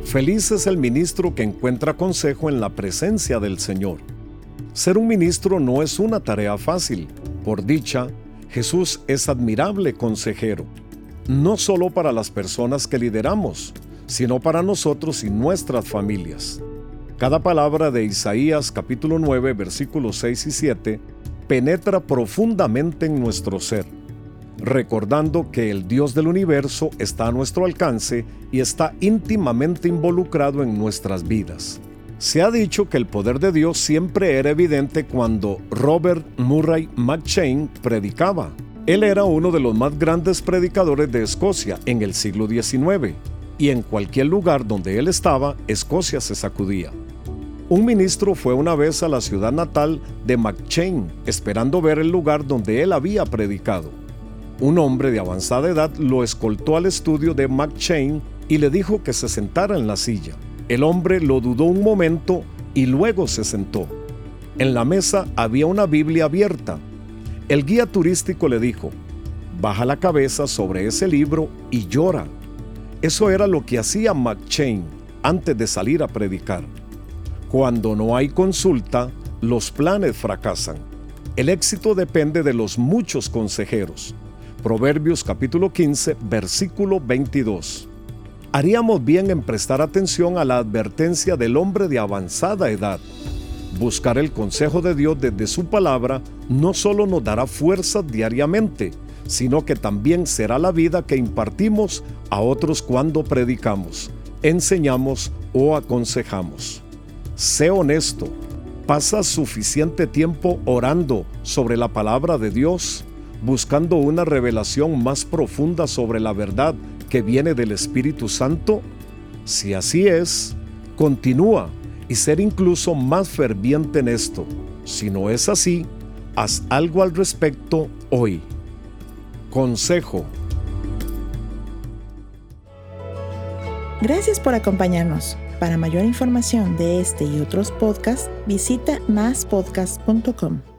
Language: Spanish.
Feliz es el ministro que encuentra consejo en la presencia del Señor. Ser un ministro no es una tarea fácil. Por dicha, Jesús es admirable consejero, no solo para las personas que lideramos, sino para nosotros y nuestras familias. Cada palabra de Isaías capítulo 9, versículos 6 y 7 penetra profundamente en nuestro ser, recordando que el Dios del universo está a nuestro alcance y está íntimamente involucrado en nuestras vidas. Se ha dicho que el poder de Dios siempre era evidente cuando Robert Murray McCheyne predicaba. Él era uno de los más grandes predicadores de Escocia en el siglo XIX, y en cualquier lugar donde él estaba, Escocia se sacudía. Un ministro fue una vez a la ciudad natal de McCheyne, esperando ver el lugar donde él había predicado. Un hombre de avanzada edad lo escoltó al estudio de McCheyne y le dijo que se sentara en la silla. El hombre lo dudó un momento y luego se sentó. En la mesa había una Biblia abierta. El guía turístico le dijo: baja la cabeza sobre ese libro y llora. Eso era lo que hacía McCheyne antes de salir a predicar. Cuando no hay consulta, los planes fracasan. El éxito depende de los muchos consejeros. Proverbios capítulo 15, versículo 22. Haríamos bien en prestar atención a la advertencia del hombre de avanzada edad. Buscar el consejo de Dios desde su palabra no solo nos dará fuerzas diariamente, sino que también será la vida que impartimos a otros cuando predicamos, enseñamos o aconsejamos. Sé honesto. ¿Pasas suficiente tiempo orando sobre la palabra de Dios, buscando una revelación más profunda sobre la verdad que viene del Espíritu Santo? Si así es, continúa y ser incluso más ferviente en esto. Si no es así, haz algo al respecto hoy. Consejo. Gracias por acompañarnos. Para mayor información de este y otros podcasts, visita maspodcast.com.